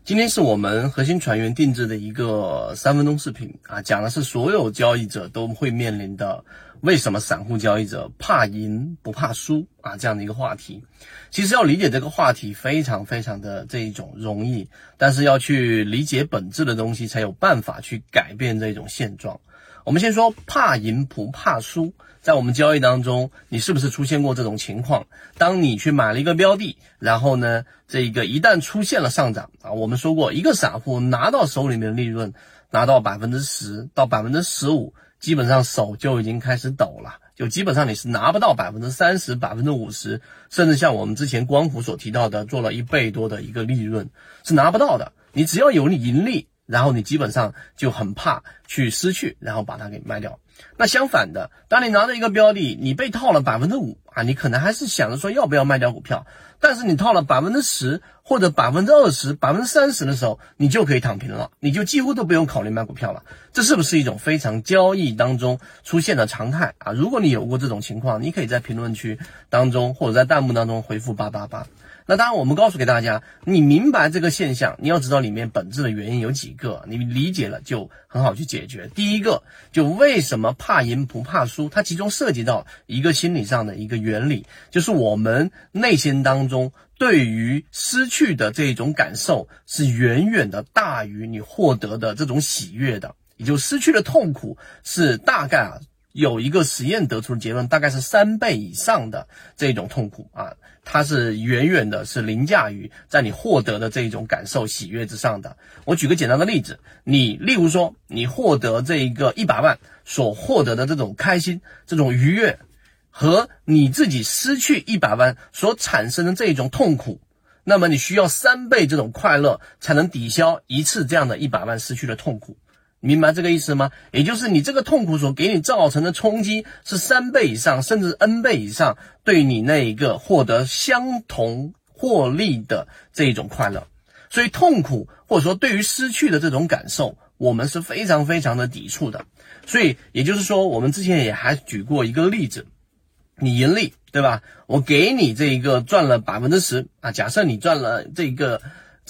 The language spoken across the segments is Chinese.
今天是我们核心船员定制的一个3分钟视频啊，讲的是所有交易者都会面临的为什么散户交易者怕赢不怕输啊这样的一个话题。其实要理解这个话题非常的这一种容易，但是要去理解本质的东西才有办法去改变这种现状。我们先说怕赢不怕输，在我们交易当中，你是不是出现过这种情况？当你去买了一个标的，然后呢，这个一旦出现了上涨啊，我们说过，一个散户拿到手里面的利润拿到 10% 到 15%， 基本上手就已经开始抖了，就基本上你是拿不到 30%、50%， 甚至像我们之前光伏所提到的做了1倍多的一个利润是拿不到的。你只要有你盈利，然后你基本上就很怕去失去，然后把它给卖掉。那相反的，当你拿着一个标的，你被套了 5% 啊，你可能还是想着说要不要卖掉股票，但是你套了 10% 或者 20%、30% 的时候，你就可以躺平了，你就几乎都不用考虑卖股票了。这是不是一种非常交易当中出现的常态啊？如果你有过这种情况，你可以在评论区当中或者在弹幕当中回复888。那当然我们告诉给大家，你明白这个现象，你要知道里面本质的原因有几个，你理解了就很好去解决。第一个，就为什么怕赢不怕输，它其中涉及到一个心理上的一个原理，就是我们内心当中对于失去的这种感受是远远的大于你获得的这种喜悦的，也就失去的痛苦是大概有一个实验得出的结论，大概是3倍以上的这种痛苦啊，它是远远的是凌驾于在你获得的这种感受喜悦之上的。我举个简单的例子，例如说你获得这一个100万所获得的这种开心、这种愉悦，和你自己失去100万所产生的这种痛苦，那么你需要3倍这种快乐才能抵消一次这样的100万失去的痛苦。明白这个意思吗？也就是你这个痛苦所给你造成的冲击是3倍以上，甚至 N 倍以上，对你那一个获得相同获利的这一种快乐。所以痛苦或者说对于失去的这种感受，我们是非常的抵触的。所以也就是说，我们之前也还举过一个例子，你盈利对吧？我给你这一个赚了 10% 啊，假设你赚了这个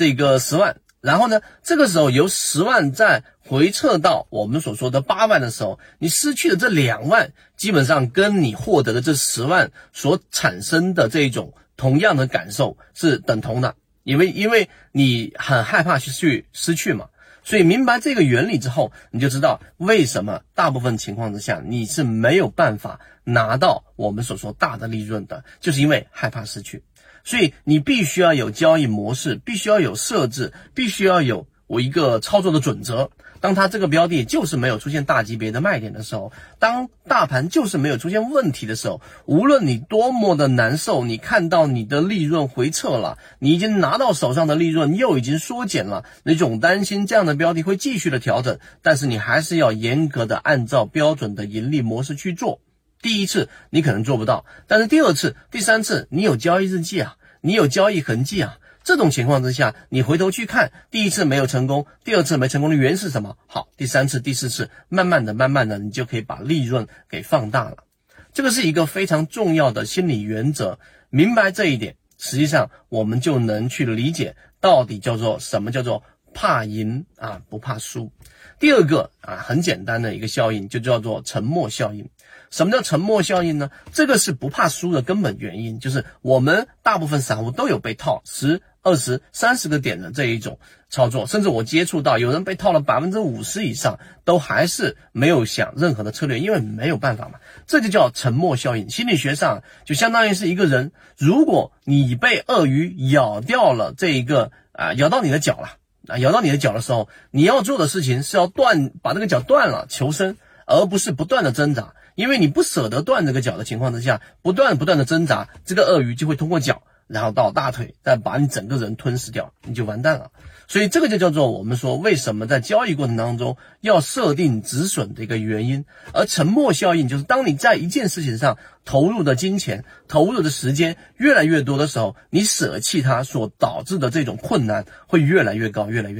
10万，然后呢，这个时候由10万再回撤到我们所说的8万的时候，你失去的这2万基本上跟你获得的这10万所产生的这种同样的感受是等同的，因为你很害怕去失去嘛。所以明白这个原理之后，你就知道为什么大部分情况之下你是没有办法拿到我们所说大的利润的，就是因为害怕失去。所以你必须要有交易模式，必须要有设置，必须要有一个操作的准则。当它这个标的就是没有出现大级别的卖点的时候，当大盘就是没有出现问题的时候，无论你多么的难受，你看到你的利润回撤了，你已经拿到手上的利润又已经缩减了，你总担心这样的标的会继续的调整，但是你还是要严格的按照标准的盈利模式去做。第一次你可能做不到，但是第2次、第3次你有交易日记啊，你有交易痕迹啊，这种情况之下，你回头去看，第1次没有成功，第2次没成功的原因是什么？好，第3次、第4次，慢慢的，你就可以把利润给放大了。这个是一个非常重要的心理原则，明白这一点，实际上我们就能去理解到底什么叫做怕赢啊不怕输。第2个啊，很简单的一个效应，就叫做沉默效应。什么叫沉默效应呢？这个是不怕输的根本原因，就是我们大部分散户都有被套10、20、30个点的这一种操作，甚至我接触到有人被套了 50% 以上，都还是没有想任何的策略，因为没有办法嘛。这就叫沉默效应。心理学上就相当于是一个人，如果你被鳄鱼咬掉了咬到你的脚了，咬到你的脚的时候，你要做的事情是要把这个脚断了求生，而不是不断的挣扎。因为你不舍得断这个脚的情况之下，不断的挣扎，这个鳄鱼就会通过脚，然后到大腿，再把你整个人吞噬掉，你就完蛋了。所以这个就叫做我们说为什么在交易过程当中要设定止损的一个原因。而沉默效应就是当你在一件事情上投入的金钱、投入的时间越来越多的时候，你舍弃它所导致的这种困难会越来越高、越来越大。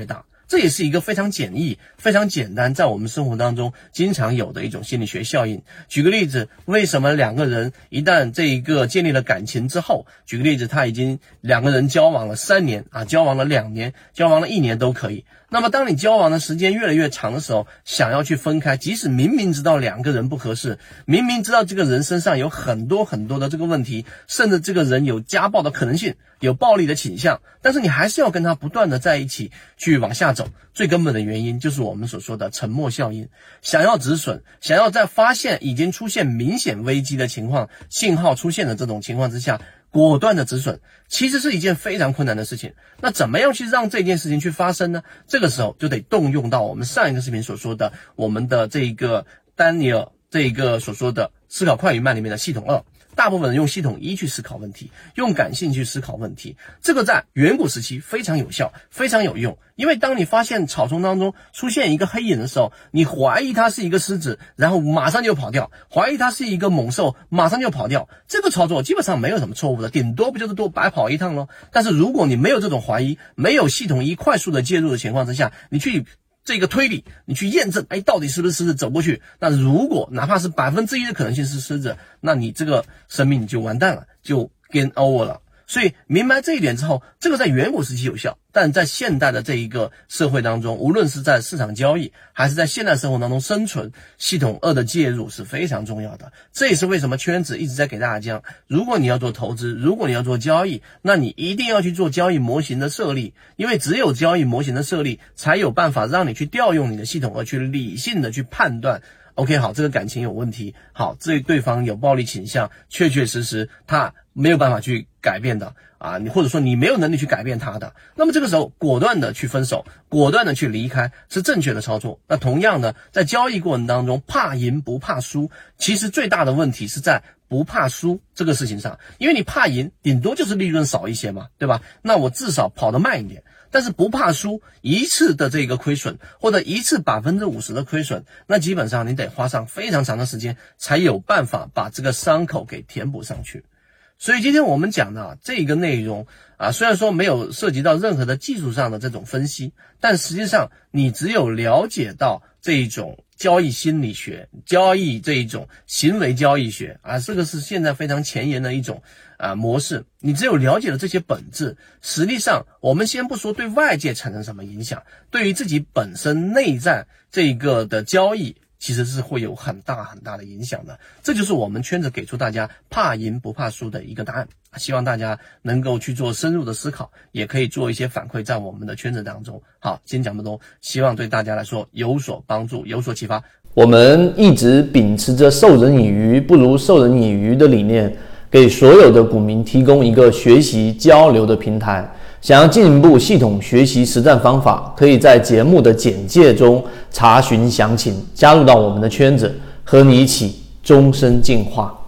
这也是一个非常简易、非常简单，在我们生活当中经常有的一种心理学效应。举个例子，为什么两个人一旦这一个建立了感情之后，举个例子，他已经两个人交往了3年啊，交往了2年，交往了1年都可以。那么当你交往的时间越来越长的时候，想要去分开，即使明明知道两个人不合适，明明知道这个人身上有很多的这个问题，甚至这个人有家暴的可能性，有暴力的倾向，但是你还是要跟他不断的在一起去往下走。最根本的原因就是我们所说的沉默效应。想要止损，想要在发现已经出现明显危机的情况，信号出现的这种情况之下，果断的止损，其实是一件非常困难的事情。那怎么样去让这件事情去发生呢？这个时候就得动用到我们上一个视频所说的我们的这一个丹尼尔这一个所说的思考快与慢里面的系统2。大部分人用系统1去思考问题，用感性去思考问题，这个在远古时期非常有效，非常有用。因为当你发现草丛当中出现一个黑影的时候，你怀疑它是一个狮子，然后马上就跑掉，怀疑它是一个猛兽，马上就跑掉，这个操作基本上没有什么错误的，顶多不就是多白跑一趟咯。但是如果你没有这种怀疑，没有系统1快速的介入的情况之下，你去这个推理，你去验证，到底是不是狮子走过去，那如果哪怕是1%的可能性是狮子，那你这个生命就完蛋了，就 game over 了。所以明白这一点之后，这个在远古时期有效，但在现代的这一个社会当中，无论是在市场交易还是在现代生活当中生存，系统2的介入是非常重要的。这也是为什么圈子一直在给大家讲，如果你要做投资，如果你要做交易，那你一定要去做交易模型的设立，因为只有交易模型的设立，才有办法让你去调用你的系统2去理性的去判断OK， 好，这个感情有问题，好，这对方有暴力倾向，确实他没有办法去改变的啊，你或者说你没有能力去改变他的，那么这个时候果断的去分手，果断的去离开是正确的操作。那同样的，在交易过程当中，怕赢不怕输，其实最大的问题是在不怕输这个事情上，因为你怕赢，顶多就是利润少一些嘛，对吧？那我至少跑得慢一点。但是不怕输，一次的这个亏损，或者一次50%的亏损，那基本上你得花上非常长的时间，才有办法把这个伤口给填补上去。所以今天我们讲的这个内容虽然说没有涉及到任何的技术上的这种分析，但实际上你只有了解到这一种交易心理学，交易这一种行为交易学这个是现在非常前沿的一种模式。你只有了解了这些本质，实际上我们先不说对外界产生什么影响，对于自己本身内在这个的交易其实是会有很大的影响的。这就是我们圈子给出大家怕赢不怕输的一个答案，希望大家能够去做深入的思考，也可以做一些反馈在我们的圈子当中。好，今天讲这么多，希望对大家来说有所帮助，有所启发。 我们一直秉持着授人以鱼不如授人以渔的理念，给所有的股民提供一个学习交流的平台。想要进一步系统学习实战方法，可以在节目的简介中查询详情，加入到我们的圈子，和你一起终身进化。